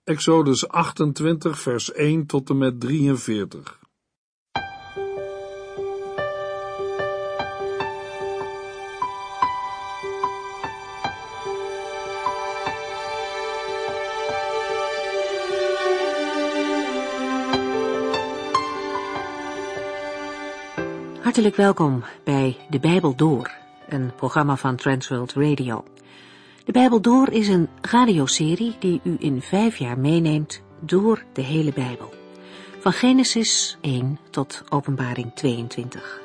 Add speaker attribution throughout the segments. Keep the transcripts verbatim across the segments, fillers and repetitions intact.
Speaker 1: Exodus achtentwintig, vers één tot en met drieënveertig.
Speaker 2: Hartelijk welkom bij De Bijbel Door, een programma van Transworld Radio. De Bijbel Door is een radioserie die u in vijf jaar meeneemt door de hele Bijbel. Van Genesis één tot Openbaring tweeëntwintig.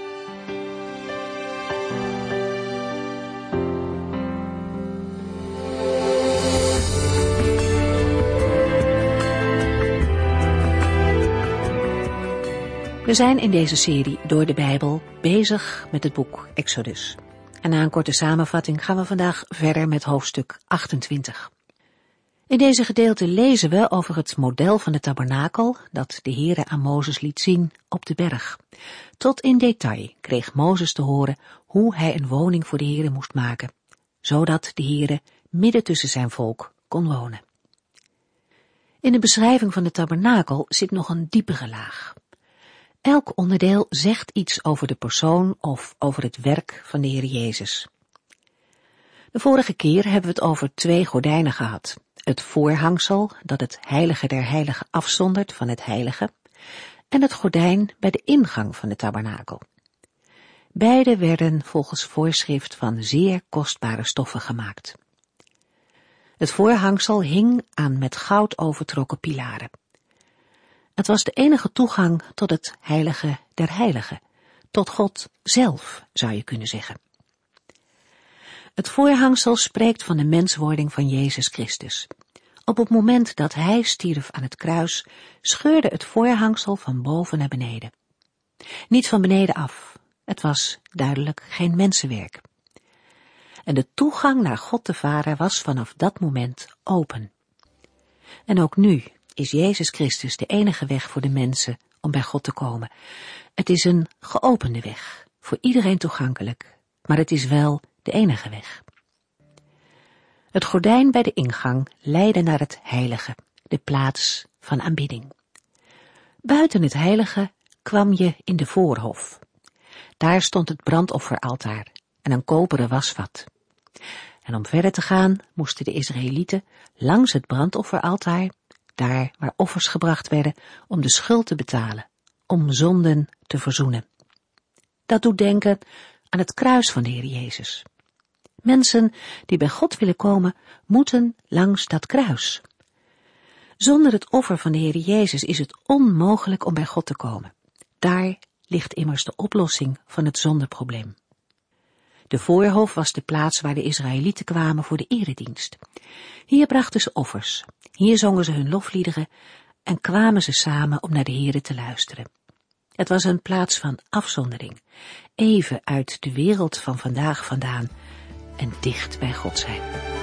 Speaker 2: We zijn in deze serie door de Bijbel bezig met het boek Exodus. En na een korte samenvatting gaan we vandaag verder met hoofdstuk achtentwintig. In deze gedeelte lezen we over het model van de tabernakel dat de Heere aan Mozes liet zien op de berg. Tot in detail kreeg Mozes te horen hoe hij een woning voor de Heere moest maken, zodat de Heere midden tussen zijn volk kon wonen. In de beschrijving van de tabernakel zit nog een diepere laag. Elk onderdeel zegt iets over de persoon of over het werk van de Heer Jezus. De vorige keer hebben we het over twee gordijnen gehad. Het voorhangsel dat het heilige der heiligen afzondert van het heilige en het gordijn bij de ingang van de tabernakel. Beide werden volgens voorschrift van zeer kostbare stoffen gemaakt. Het voorhangsel hing aan met goud overtrokken pilaren. Het was de enige toegang tot het heilige der heiligen, tot God zelf, zou je kunnen zeggen. Het voorhangsel spreekt van de menswording van Jezus Christus. Op het moment dat hij stierf aan het kruis, scheurde het voorhangsel van boven naar beneden. Niet van beneden af, het was duidelijk geen mensenwerk. En de toegang naar God de Vader was vanaf dat moment open. En ook nu is Jezus Christus de enige weg voor de mensen om bij God te komen. Het is een geopende weg, voor iedereen toegankelijk, maar het is wel de enige weg. Het gordijn bij de ingang leidde naar het heilige, de plaats van aanbidding. Buiten het heilige kwam je in de voorhof. Daar stond het brandofferaltaar en een koperen wasvat. En om verder te gaan moesten de Israëlieten langs het brandofferaltaar, daar waar offers gebracht werden, om de schuld te betalen, om zonden te verzoenen. Dat doet denken aan het kruis van de Heer Jezus. Mensen die bij God willen komen, moeten langs dat kruis. Zonder het offer van de Heer Jezus is het onmogelijk om bij God te komen. Daar ligt immers de oplossing van het zondeprobleem. De voorhof was de plaats waar de Israëlieten kwamen voor de eredienst. Hier brachten ze offers, hier zongen ze hun lofliederen en kwamen ze samen om naar de Heere te luisteren. Het was een plaats van afzondering, even uit de wereld van vandaag vandaan en dicht bij God zijn.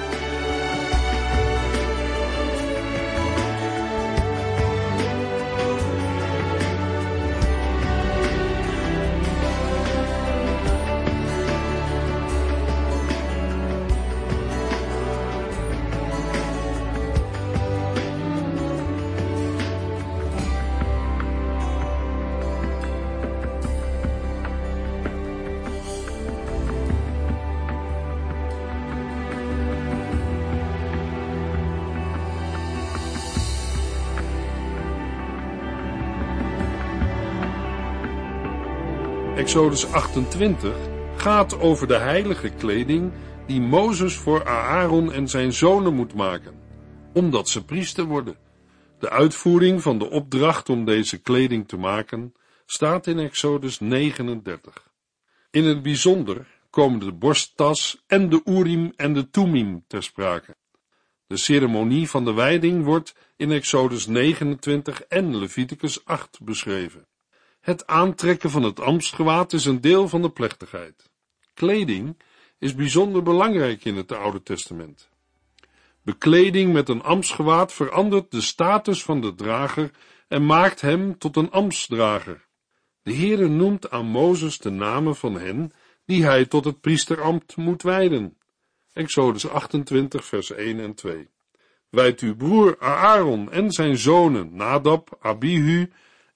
Speaker 1: Exodus achtentwintig gaat over de heilige kleding die Mozes voor Aaron en zijn zonen moet maken, omdat ze priester worden. De uitvoering van de opdracht om deze kleding te maken staat in Exodus negenendertig. In het bijzonder komen de borsttas en de Urim en de Thummim ter sprake. De ceremonie van de wijding wordt in Exodus negenentwintig en Leviticus acht beschreven. Het aantrekken van het ambtsgewaad is een deel van de plechtigheid. Kleding is bijzonder belangrijk in het Oude Testament. Bekleding met een ambtsgewaad verandert de status van de drager en maakt hem tot een ambtsdrager. De Heere noemt aan Mozes de namen van hen die hij tot het priesterambt moet wijden. Exodus achtentwintig vers één en twee. wijd uw broer Aaron en zijn zonen Nadab, Abihu,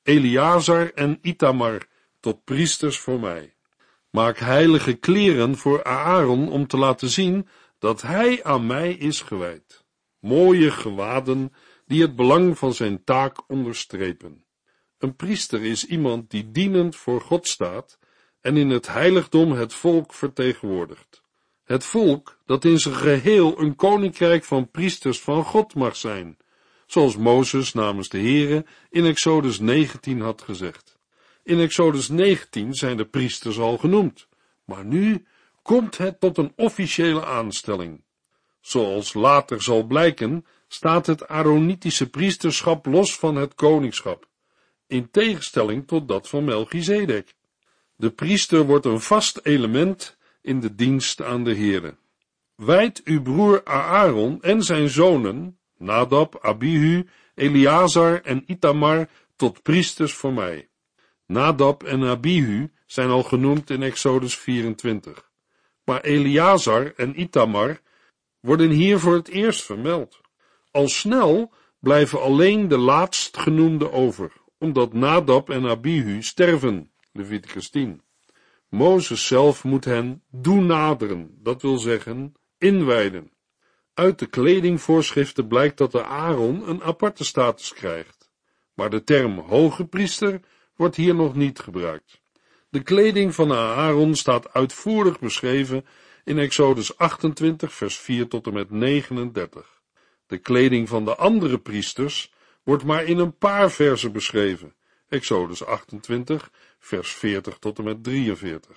Speaker 1: Eleazar en Itamar tot priesters voor mij. Maak heilige kleren voor Aaron om te laten zien dat hij aan mij is gewijd. Mooie gewaden die het belang van zijn taak onderstrepen. Een priester is iemand die dienend voor God staat en in het heiligdom het volk vertegenwoordigt. Het volk dat in zijn geheel een koninkrijk van priesters van God mag zijn, zoals Mozes namens de Heere in Exodus negentien had gezegd. In Exodus negentien zijn de priesters al genoemd, maar nu komt het tot een officiële aanstelling. Zoals later zal blijken, staat het Aaronitische priesterschap los van het koningschap, in tegenstelling tot dat van Melchizedek. De priester wordt een vast element in de dienst aan de Heere. Wijd uw broer Aaron en zijn zonen, Nadab, Abihu, Eleazar en Itamar, tot priesters voor mij. Nadab en Abihu zijn al genoemd in Exodus vierentwintig, maar Eleazar en Itamar worden hier voor het eerst vermeld. Al snel blijven alleen de laatstgenoemde over, omdat Nadab en Abihu sterven, Leviticus tien. Mozes zelf moet hen doen naderen, dat wil zeggen, inwijden. Uit de kledingvoorschriften blijkt dat de Aaron een aparte status krijgt, maar de term hoge priester wordt hier nog niet gebruikt. De kleding van Aaron staat uitvoerig beschreven in Exodus achtentwintig, vers vier tot en met negenendertig. De kleding van de andere priesters wordt maar in een paar versen beschreven. Exodus achtentwintig, vers veertig tot en met drieënveertig.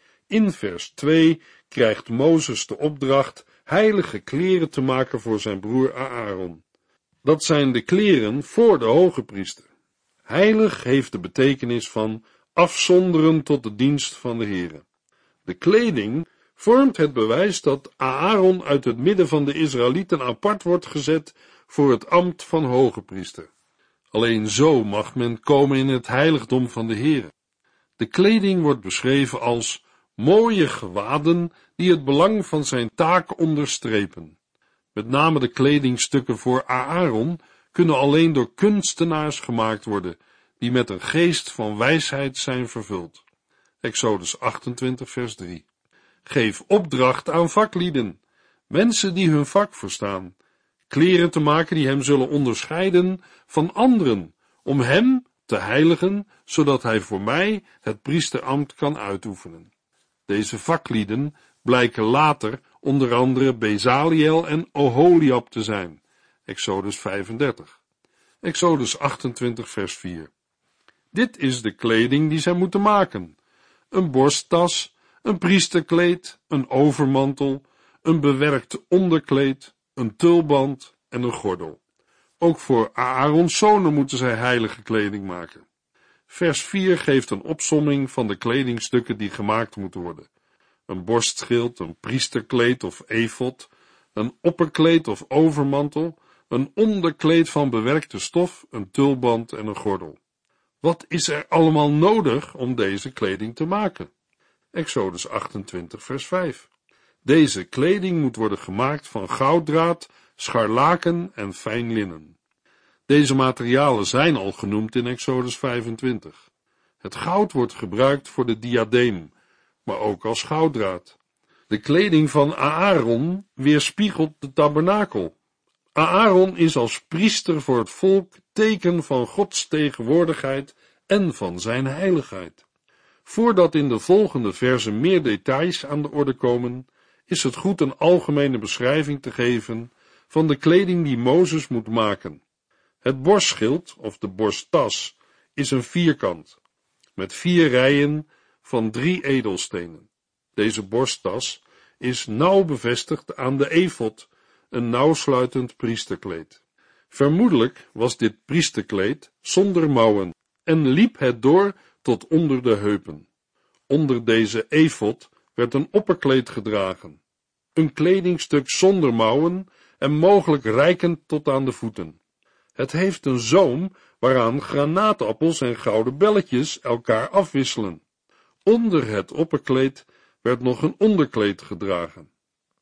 Speaker 1: In vers twee krijgt Mozes de opdracht heilige kleren te maken voor zijn broer Aaron. Dat zijn de kleren voor de hoge priester. Heilig heeft de betekenis van afzonderen tot de dienst van de Heere. De kleding vormt het bewijs dat Aaron uit het midden van de Israëlieten apart wordt gezet voor het ambt van hoge priester. Alleen zo mag men komen in het heiligdom van de Heere. De kleding wordt beschreven als mooie gewaden die het belang van zijn taak onderstrepen. Met name de kledingstukken voor Aaron kunnen alleen door kunstenaars gemaakt worden, die met een geest van wijsheid zijn vervuld. Exodus achtentwintig, vers drie. Geef opdracht aan vaklieden, mensen die hun vak verstaan, kleren te maken die hem zullen onderscheiden van anderen, om hem te heiligen, zodat hij voor mij het priesterambt kan uitoefenen. Deze vaklieden blijken later onder andere Bezaliel en Oholiab te zijn. Exodus vijfendertig. Exodus achtentwintig, vers vier. Dit is de kleding die zij moeten maken: een borsttas, een priesterkleed, een overmantel, een bewerkt onderkleed, een tulband en een gordel. Ook voor Aarons zonen moeten zij heilige kleding maken. Vers vier geeft een opsomming van de kledingstukken die gemaakt moeten worden: een borstschild, een priesterkleed of efod, een opperkleed of overmantel, een onderkleed van bewerkte stof, een tulband en een gordel. Wat is er allemaal nodig om deze kleding te maken? Exodus achtentwintig, vers vijf. Deze kleding moet worden gemaakt van gouddraad, scharlaken en fijn linnen. Deze materialen zijn al genoemd in Exodus vijfentwintig. Het goud wordt gebruikt voor de diadeem, maar ook als gouddraad. De kleding van Aaron weerspiegelt de tabernakel. Aaron is als priester voor het volk teken van Gods tegenwoordigheid en van zijn heiligheid. Voordat in de volgende verzen meer details aan de orde komen, is het goed een algemene beschrijving te geven van de kleding die Mozes moet maken. Het borstschild, of de borsttas, is een vierkant, met vier rijen van drie edelstenen. Deze borsttas is nauw bevestigd aan de efod, een nauwsluitend priesterkleed. Vermoedelijk was dit priesterkleed zonder mouwen en liep het door tot onder de heupen. Onder deze efod werd een opperkleed gedragen, een kledingstuk zonder mouwen en mogelijk reikend tot aan de voeten. Het heeft een zoom waaraan granaatappels en gouden belletjes elkaar afwisselen. Onder het opperkleed werd nog een onderkleed gedragen.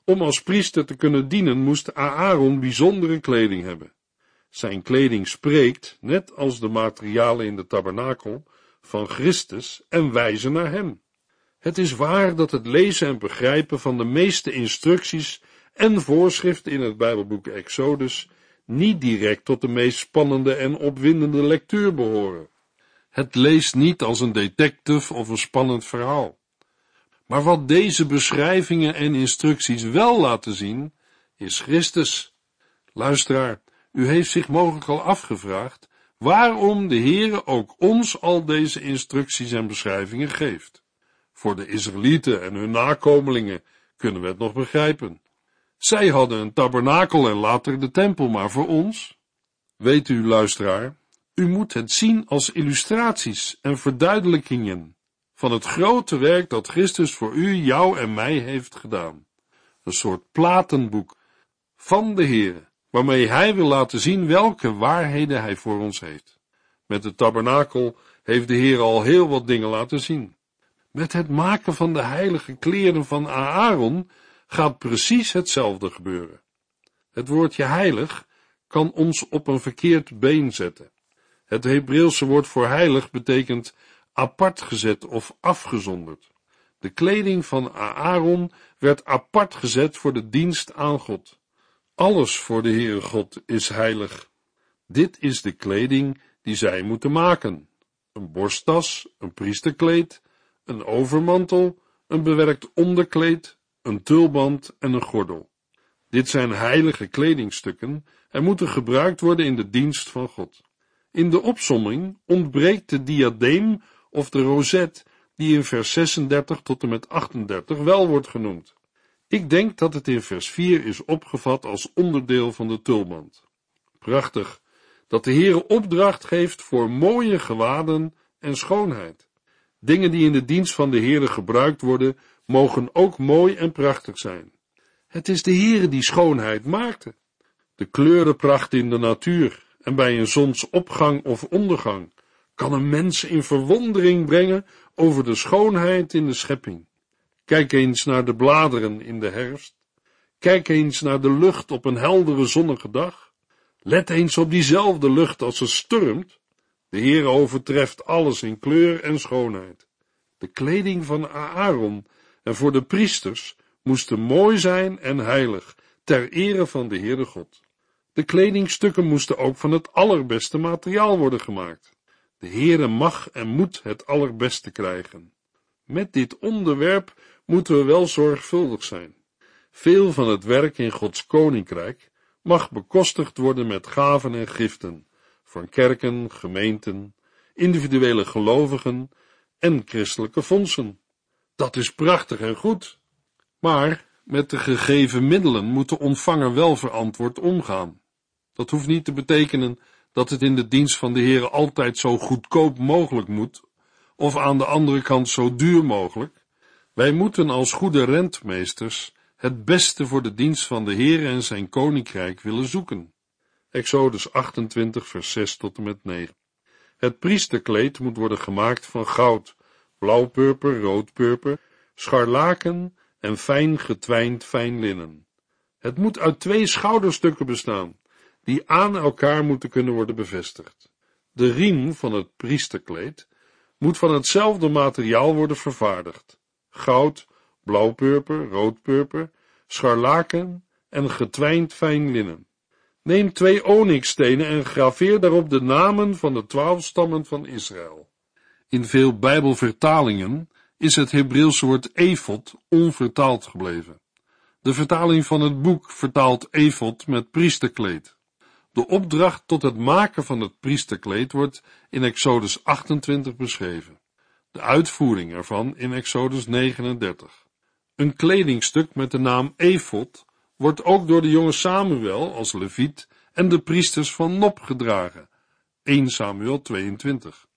Speaker 1: Om als priester te kunnen dienen moest Aaron bijzondere kleding hebben. Zijn kleding spreekt, net als de materialen in de tabernakel, van Christus en wijzen naar hem. Het is waar dat het lezen en begrijpen van de meeste instructies en voorschriften in het Bijbelboek Exodus niet direct tot de meest spannende en opwindende lectuur behoren. Het leest niet als een detective of een spannend verhaal. Maar wat deze beschrijvingen en instructies wel laten zien, is Christus. Luisteraar, u heeft zich mogelijk al afgevraagd waarom de Heere ook ons al deze instructies en beschrijvingen geeft. Voor de Israëlieten en hun nakomelingen kunnen we het nog begrijpen. Zij hadden een tabernakel en later de tempel, maar voor ons? Weet u, luisteraar, u moet het zien als illustraties en verduidelijkingen van het grote werk dat Christus voor u, jou en mij heeft gedaan. Een soort platenboek van de Heere, waarmee Hij wil laten zien welke waarheden Hij voor ons heeft. Met de tabernakel heeft de Heere al heel wat dingen laten zien. Met het maken van de heilige kleren van Aaron gaat precies hetzelfde gebeuren. Het woordje heilig kan ons op een verkeerd been zetten. Het Hebreeuwse woord voor heilig betekent apart gezet of afgezonderd. De kleding van Aaron werd apart gezet voor de dienst aan God. Alles voor de Heere God is heilig. Dit is de kleding die zij moeten maken. Een borsttas, een priesterkleed, een overmantel, een bewerkt onderkleed, een tulband en een gordel. Dit zijn heilige kledingstukken en moeten gebruikt worden in de dienst van God. In de opsomming ontbreekt de diadeem of de rozet, die in vers zesendertig tot en met achtendertig wel wordt genoemd. Ik denk dat het in vers vier is opgevat als onderdeel van de tulband. Prachtig, dat de Heere opdracht geeft voor mooie gewaden en schoonheid. Dingen die in de dienst van de Heere gebruikt worden, mogen ook mooi en prachtig zijn. Het is de Heere die schoonheid maakte. De kleurenpracht in de natuur en bij een zonsopgang of ondergang kan een mens in verwondering brengen over de schoonheid in de schepping. Kijk eens naar de bladeren in de herfst. Kijk eens naar de lucht op een heldere zonnige dag. Let eens op diezelfde lucht als het stormt. De Heere overtreft alles in kleur en schoonheid. De kleding van Aaron en voor de priesters moesten mooi zijn en heilig, ter ere van de Heere God. De kledingstukken moesten ook van het allerbeste materiaal worden gemaakt. De Heere mag en moet het allerbeste krijgen. Met dit onderwerp moeten we wel zorgvuldig zijn. Veel van het werk in Gods koninkrijk mag bekostigd worden met gaven en giften van kerken, gemeenten, individuele gelovigen en christelijke fondsen. Dat is prachtig en goed, maar met de gegeven middelen moet de ontvanger wel verantwoord omgaan. Dat hoeft niet te betekenen dat het in de dienst van de Heere altijd zo goedkoop mogelijk moet, of aan de andere kant zo duur mogelijk. Wij moeten als goede rentmeesters het beste voor de dienst van de Heere en zijn koninkrijk willen zoeken. Exodus achtentwintig vers zes tot en met negen. Het priesterkleed moet worden gemaakt van goud, blauwpurper, roodpurper, scharlaken en fijn getwijnd fijn linnen. Het moet uit twee schouderstukken bestaan, die aan elkaar moeten kunnen worden bevestigd. De riem van het priesterkleed moet van hetzelfde materiaal worden vervaardigd. Goud, blauwpurper, roodpurper, scharlaken en getwijnd fijn linnen. Neem twee onyxstenen en graveer daarop de namen van de twaalf stammen van Israël. In veel Bijbelvertalingen is het Hebreeuwse woord efod onvertaald gebleven. De vertaling van het boek vertaalt efod met priesterkleed. De opdracht tot het maken van het priesterkleed wordt in Exodus achtentwintig beschreven. De uitvoering ervan in Exodus negenendertig. Een kledingstuk met de naam efod wordt ook door de jonge Samuel als leviet en de priesters van Nob gedragen. eerste Samuel tweeëntwintig.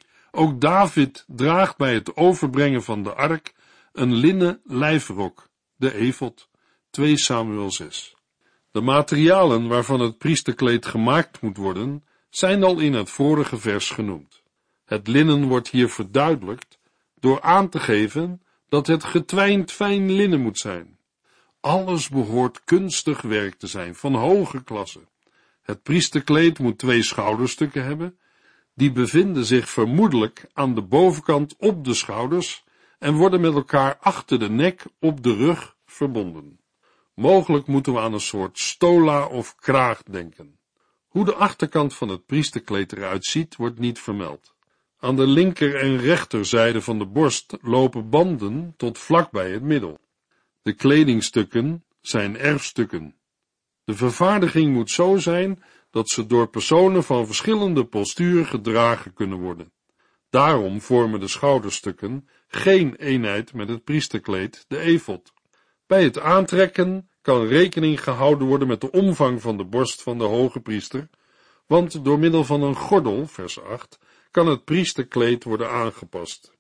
Speaker 1: Ook David draagt bij het overbrengen van de ark een linnen lijfrok, de efod, tweede Samuel zes. De materialen waarvan het priesterkleed gemaakt moet worden, zijn al in het vorige vers genoemd. Het linnen wordt hier verduidelijkt door aan te geven dat het getwijnd fijn linnen moet zijn. Alles behoort kunstig werk te zijn, van hoge klasse. Het priesterkleed moet twee schouderstukken hebben. Die bevinden zich vermoedelijk aan de bovenkant op de schouders en worden met elkaar achter de nek op de rug verbonden. Mogelijk moeten we aan een soort stola of kraag denken. Hoe de achterkant van het priesterkleed eruit ziet, wordt niet vermeld. Aan de linker en rechterzijde van de borst lopen banden tot vlak bij het middel. De kledingstukken zijn erfstukken. De vervaardiging moet zo zijn dat ze door personen van verschillende postuur gedragen kunnen worden. Daarom vormen de schouderstukken geen eenheid met het priesterkleed, de efod. Bij het aantrekken kan rekening gehouden worden met de omvang van de borst van de hoge priester, want door middel van een gordel, vers acht, kan het priesterkleed worden aangepast.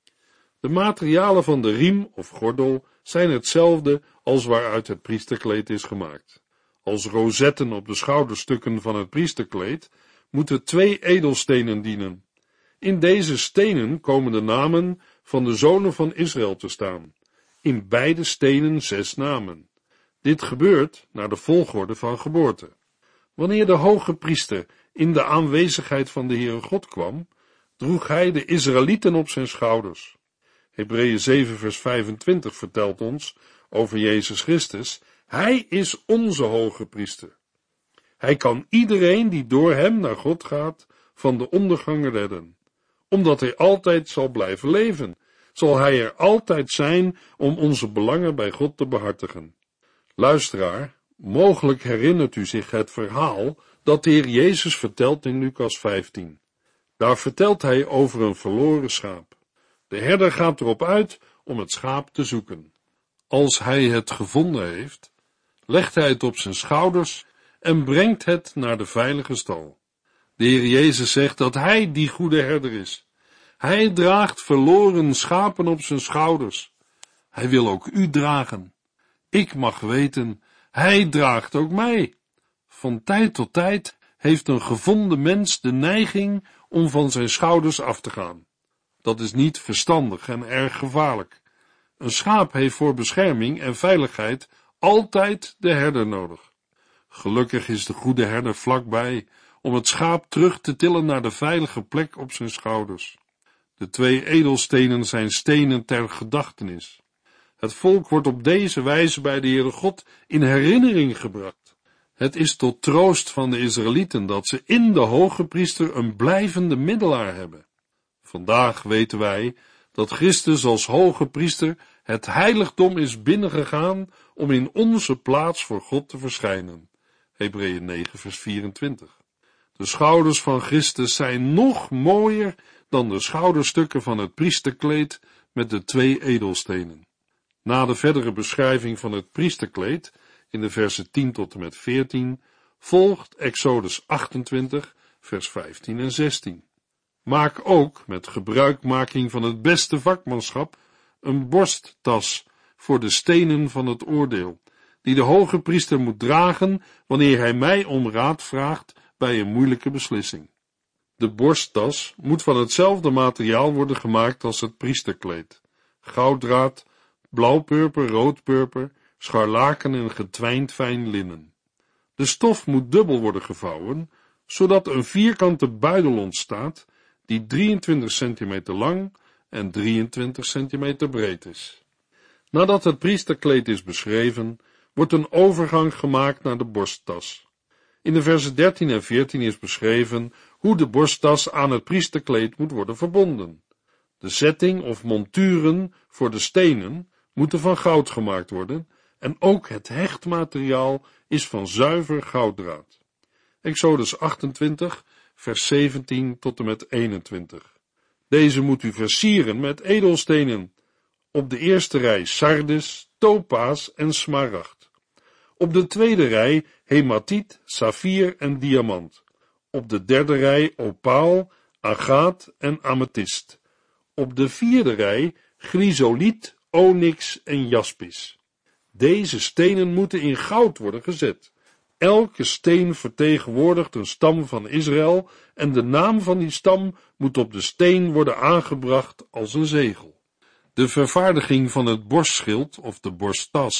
Speaker 1: De materialen van de riem of gordel zijn hetzelfde als waaruit het priesterkleed is gemaakt. Als rozetten op de schouderstukken van het priesterkleed moeten twee edelstenen dienen. In deze stenen komen de namen van de zonen van Israël te staan. In beide stenen zes namen. Dit gebeurt naar de volgorde van geboorte. Wanneer de hoge priester in de aanwezigheid van de Heere God kwam, droeg hij de Israëlieten op zijn schouders. Hebreeën zeven vers vijfentwintig vertelt ons over Jezus Christus: Hij is onze hoge priester. Hij kan iedereen die door hem naar God gaat van de ondergang redden. Omdat hij altijd zal blijven leven, zal hij er altijd zijn om onze belangen bij God te behartigen. Luisteraar, mogelijk herinnert u zich het verhaal dat de Heer Jezus vertelt in Lucas vijftien. Daar vertelt hij over een verloren schaap. De herder gaat erop uit om het schaap te zoeken. Als hij het gevonden heeft, legt hij het op zijn schouders en brengt het naar de veilige stal. De Heer Jezus zegt dat hij die goede herder is. Hij draagt verloren schapen op zijn schouders. Hij wil ook u dragen. Ik mag weten, hij draagt ook mij. Van tijd tot tijd heeft een gevonden mens de neiging om van zijn schouders af te gaan. Dat is niet verstandig en erg gevaarlijk. Een schaap heeft voor bescherming en veiligheid altijd de herder nodig. Gelukkig is de goede herder vlakbij om het schaap terug te tillen naar de veilige plek op zijn schouders. De twee edelstenen zijn stenen ter gedachtenis. Het volk wordt op deze wijze bij de Heere God in herinnering gebracht. Het is tot troost van de Israëlieten dat ze in de hoge priester een blijvende middelaar hebben. Vandaag weten wij dat Christus als hoge priester het heiligdom is binnengegaan om in onze plaats voor God te verschijnen. Hebreeën negen vers vierentwintig. De schouders van Christus zijn nog mooier dan de schouderstukken van het priesterkleed met de twee edelstenen. Na de verdere beschrijving van het priesterkleed, in de versen tien tot en met veertien, volgt Exodus achtentwintig, vers vijftien en zestien. Maak ook, met gebruikmaking van het beste vakmanschap, een borsttas voor de stenen van het oordeel, die de hoge priester moet dragen wanneer hij mij om raad vraagt bij een moeilijke beslissing. De borsttas moet van hetzelfde materiaal worden gemaakt als het priesterkleed: gouddraad, blauwpurper, roodpurper, scharlaken en getwijnd fijn linnen. De stof moet dubbel worden gevouwen, zodat een vierkante buidel ontstaat die drieëntwintig centimeter lang en drieëntwintig centimeter breed is. Nadat het priesterkleed is beschreven, wordt een overgang gemaakt naar de borsttas. In de versen dertien en veertien is beschreven hoe de borsttas aan het priesterkleed moet worden verbonden. De zetting of monturen voor de stenen moeten van goud gemaakt worden en ook het hechtmateriaal is van zuiver gouddraad. Exodus achtentwintig, vers zeventien tot en met eenentwintig. Deze moet u versieren met edelstenen. Op de eerste rij sardes, topaas en smaragd. Op de tweede rij hematiet, saffier en diamant. Op de derde rij opaal, agaat en amethyst. Op de vierde rij chrysoliet, onyx en jaspis. Deze stenen moeten in goud worden gezet. Elke steen vertegenwoordigt een stam van Israël en de naam van die stam moet op de steen worden aangebracht als een zegel. De vervaardiging van het borstschild of de borsttas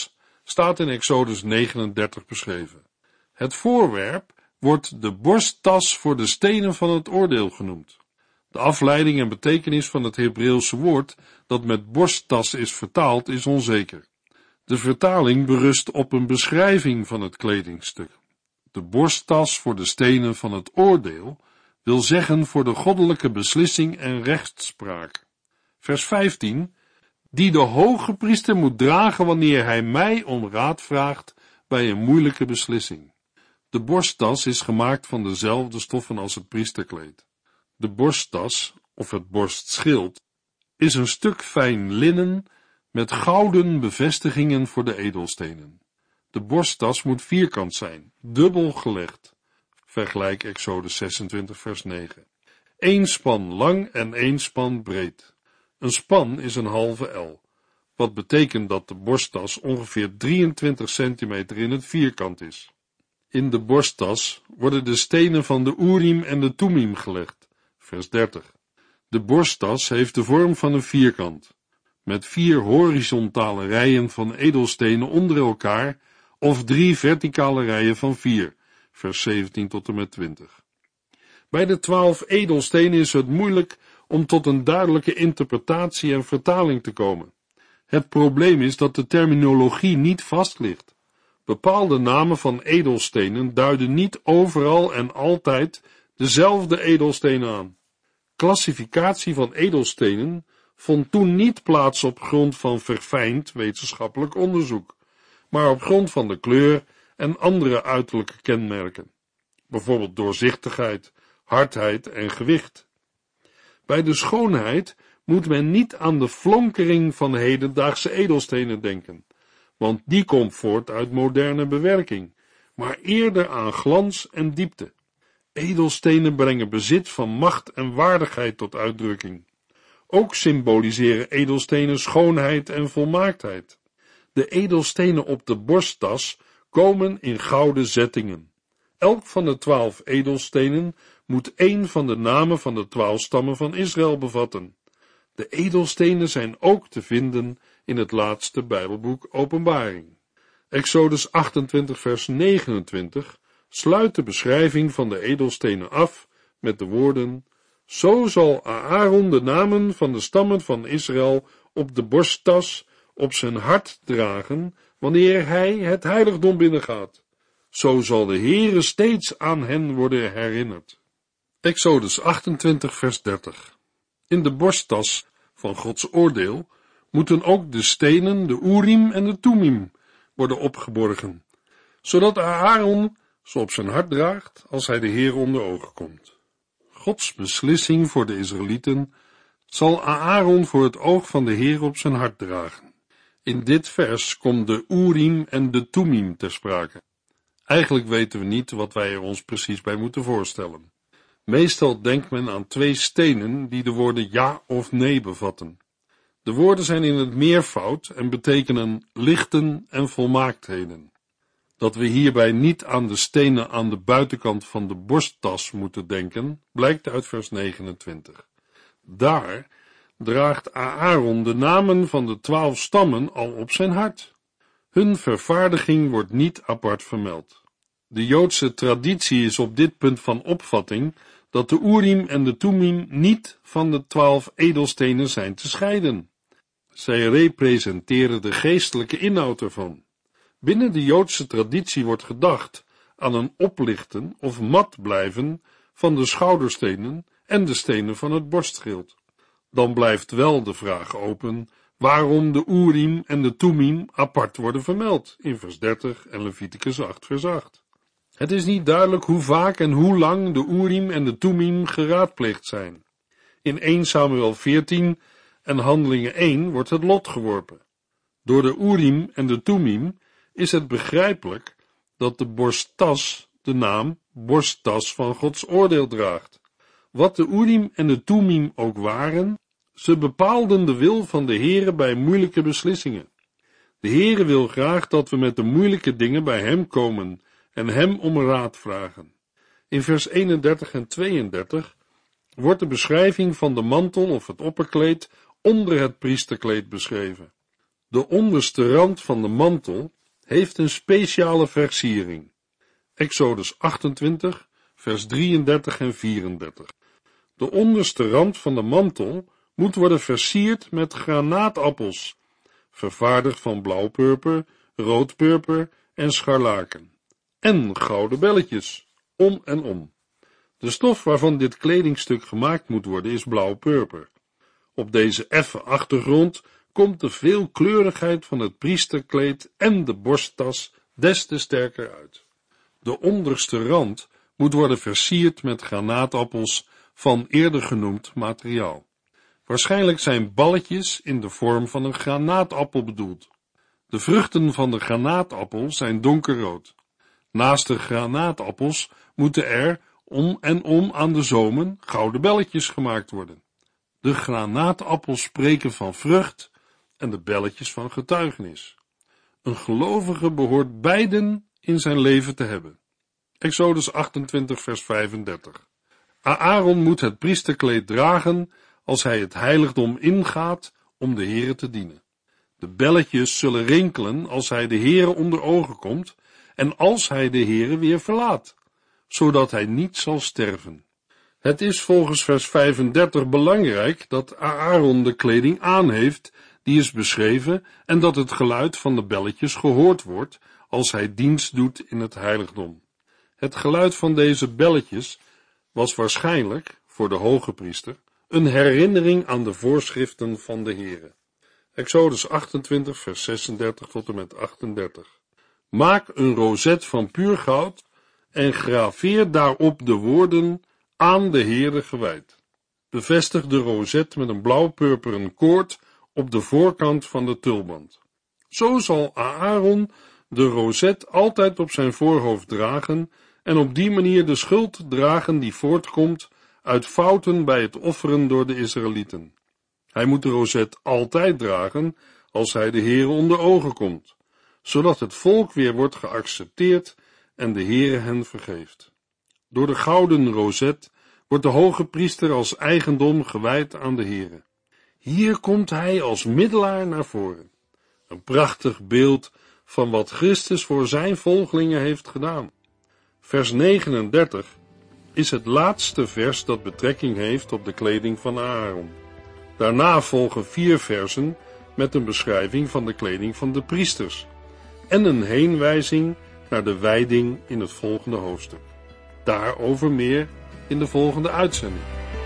Speaker 1: staat in Exodus negenendertig beschreven. Het voorwerp wordt de borsttas voor de stenen van het oordeel genoemd. De afleiding en betekenis van het Hebreeuwse woord dat met borsttas is vertaald is onzeker. De vertaling berust op een beschrijving van het kledingstuk. De borsttas voor de stenen van het oordeel wil zeggen voor de goddelijke beslissing en rechtspraak. Vers vijftien, die de hoge priester moet dragen wanneer hij mij om raad vraagt bij een moeilijke beslissing. De borsttas is gemaakt van dezelfde stoffen als het priesterkleed. De borsttas, of het borstschild, is een stuk fijn linnen met gouden bevestigingen voor de edelstenen. De borsttas moet vierkant zijn, dubbel gelegd. Vergelijk Exodus zesentwintig vers negen. Eén span lang en één span breed. Een span is een halve el, wat betekent dat de borsttas ongeveer drieëntwintig centimeter in het vierkant is. In de borsttas worden de stenen van de Urim en de Tumim gelegd. Vers dertig. De borsttas heeft de vorm van een vierkant, met vier horizontale rijen van edelstenen onder elkaar, of drie verticale rijen van vier, vers zeventien tot en met twintig. Bij de twaalf edelstenen is het moeilijk om tot een duidelijke interpretatie en vertaling te komen. Het probleem is dat de terminologie niet vast ligt. Bepaalde namen van edelstenen duiden niet overal en altijd dezelfde edelstenen aan. Klassificatie van edelstenen vond toen niet plaats op grond van verfijnd wetenschappelijk onderzoek, maar op grond van de kleur en andere uiterlijke kenmerken, bijvoorbeeld doorzichtigheid, hardheid en gewicht. Bij de schoonheid moet men niet aan de flonkering van hedendaagse edelstenen denken, want die komt voort uit moderne bewerking, maar eerder aan glans en diepte. Edelstenen brengen bezit van macht en waardigheid tot uitdrukking. Ook symboliseren edelstenen schoonheid en volmaaktheid. De edelstenen op de borsttas komen in gouden zettingen. Elk van de twaalf edelstenen moet één van de namen van de twaalf stammen van Israël bevatten. De edelstenen zijn ook te vinden in het laatste Bijbelboek Openbaring. Exodus achtentwintig vers negenentwintig sluit de beschrijving van de edelstenen af met de woorden: zo zal Aaron de namen van de stammen van Israël op de borsttas op zijn hart dragen, wanneer hij het heiligdom binnengaat. Zo zal de Heere steeds aan hen worden herinnerd. Exodus achtentwintig vers dertig. In de borsttas van Gods oordeel moeten ook de stenen, de Urim en de Tumim worden opgeborgen, zodat Aaron ze op zijn hart draagt als hij de Heer onder ogen komt. Gods beslissing voor de Israëlieten zal Aaron voor het oog van de Heer op zijn hart dragen. In dit vers komt de Urim en de Tumim ter sprake. Eigenlijk weten we niet wat wij er ons precies bij moeten voorstellen. Meestal denkt men aan twee stenen die de woorden ja of nee bevatten. De woorden zijn in het meervoud en betekenen lichten en volmaaktheden. Dat we hierbij niet aan de stenen aan de buitenkant van de borsttas moeten denken, blijkt uit vers negenentwintig. Daar draagt Aaron de namen van de twaalf stammen al op zijn hart. Hun vervaardiging wordt niet apart vermeld. De Joodse traditie is op dit punt van opvatting dat de Urim en de Tumim niet van de twaalf edelstenen zijn te scheiden. Zij representeren de geestelijke inhoud ervan. Binnen de Joodse traditie wordt gedacht aan een oplichten of mat blijven van de schouderstenen en de stenen van het borstschild. Dan blijft wel de vraag open waarom de Urim en de Tumim apart worden vermeld in vers dertig en Leviticus acht vers acht. Het is niet duidelijk hoe vaak en hoe lang de Urim en de Tumim geraadpleegd zijn. In eerste Samuel veertien en Handelingen één wordt het lot geworpen. Door de Urim en de Tumim is het begrijpelijk dat de borsttas de naam borsttas van Gods oordeel draagt. Wat de Urim en de Tumim ook waren, ze bepaalden de wil van de Heere bij moeilijke beslissingen. De Heere wil graag dat we met de moeilijke dingen bij hem komen en hem om raad vragen. In vers eenendertig en tweeëndertig wordt de beschrijving van de mantel of het opperkleed onder het priesterkleed beschreven. De onderste rand van de mantel heeft een speciale versiering. Exodus achtentwintig, vers drieëndertig en vierendertig. De onderste rand van de mantel moet worden versierd met granaatappels, vervaardigd van blauwpurper, roodpurper en scharlaken, en gouden belletjes, om en om. De stof waarvan dit kledingstuk gemaakt moet worden is blauwpurper. Op deze effen achtergrond komt de veelkleurigheid van het priesterkleed en de borsttas des te sterker uit. De onderste rand moet worden versierd met granaatappels van eerder genoemd materiaal. Waarschijnlijk zijn balletjes in de vorm van een granaatappel bedoeld. De vruchten van de granaatappel zijn donkerrood. Naast de granaatappels moeten er om en om aan de zomen gouden belletjes gemaakt worden. De granaatappels spreken van vrucht en de belletjes van getuigenis. Een gelovige behoort beiden in zijn leven te hebben. Exodus achtentwintig, vers vijfendertig. Aaron moet het priesterkleed dragen als hij het heiligdom ingaat om de Heere te dienen. De belletjes zullen rinkelen als hij de Heere onder ogen komt en als hij de Heere weer verlaat, zodat hij niet zal sterven. Het is volgens vers vijfendertig belangrijk dat Aaron de kleding aan heeft die is beschreven en dat het geluid van de belletjes gehoord wordt als hij dienst doet in het heiligdom. Het geluid van deze belletjes was waarschijnlijk, voor de hoge priester, een herinnering aan de voorschriften van de Heere. Exodus achtentwintig, vers zesendertig tot en met achtendertig. Maak een rozet van puur goud en graveer daarop de woorden aan de Heere gewijd. Bevestig de rozet met een blauw-purperen koord op de voorkant van de tulband. Zo zal Aaron de rozet altijd op zijn voorhoofd dragen en op die manier de schuld dragen die voortkomt uit fouten bij het offeren door de Israëlieten. Hij moet de rozet altijd dragen als hij de Heere onder ogen komt, zodat het volk weer wordt geaccepteerd en de Heere hen vergeeft. Door de gouden rozet wordt de hoge priester als eigendom gewijd aan de Heere. Hier komt hij als middelaar naar voren. Een prachtig beeld van wat Christus voor zijn volgelingen heeft gedaan. Vers negenendertig is het laatste vers dat betrekking heeft op de kleding van Aaron. Daarna volgen vier versen met een beschrijving van de kleding van de priesters en een heenwijzing naar de wijding in het volgende hoofdstuk. Daarover meer in de volgende uitzending.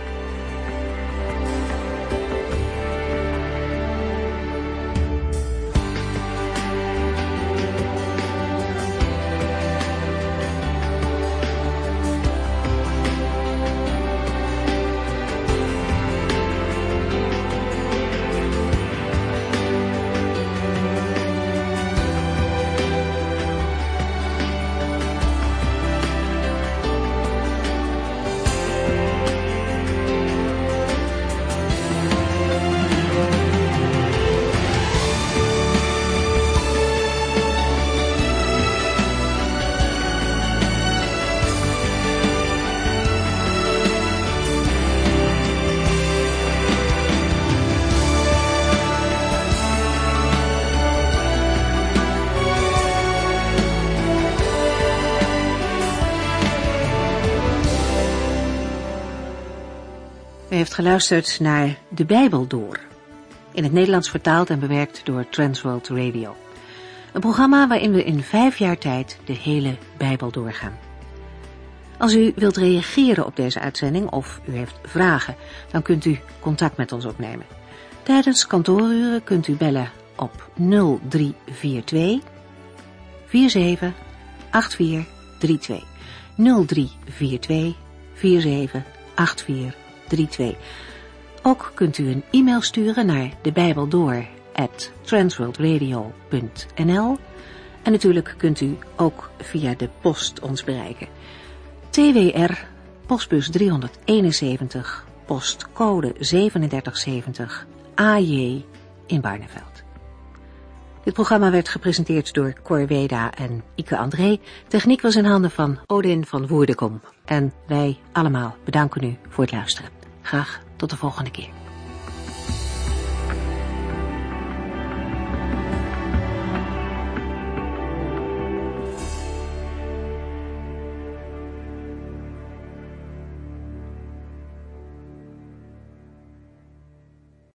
Speaker 2: U heeft geluisterd naar De Bijbel Door, in het Nederlands vertaald en bewerkt door Transworld Radio. Een programma waarin we in vijf jaar tijd de hele Bijbel doorgaan. Als u wilt reageren op deze uitzending of u heeft vragen, dan kunt u contact met ons opnemen. Tijdens kantooruren kunt u bellen op nul drie vier twee, vier zeven acht vier drie twee. nul drie vier twee, vier zeven acht vier drie twee. Ook kunt u een e-mail sturen naar debijbeldoor at transworldradio punt n l en natuurlijk kunt u ook via de post ons bereiken. T W R, postbus driehonderdeenenzeventig, postcode zevenendertig zeventig, A J in Barneveld. Dit programma werd gepresenteerd door Cor Weda en Ike André. Techniek was in handen van Odin van Woerdekom. En wij allemaal bedanken u voor het luisteren. Graag tot de volgende keer.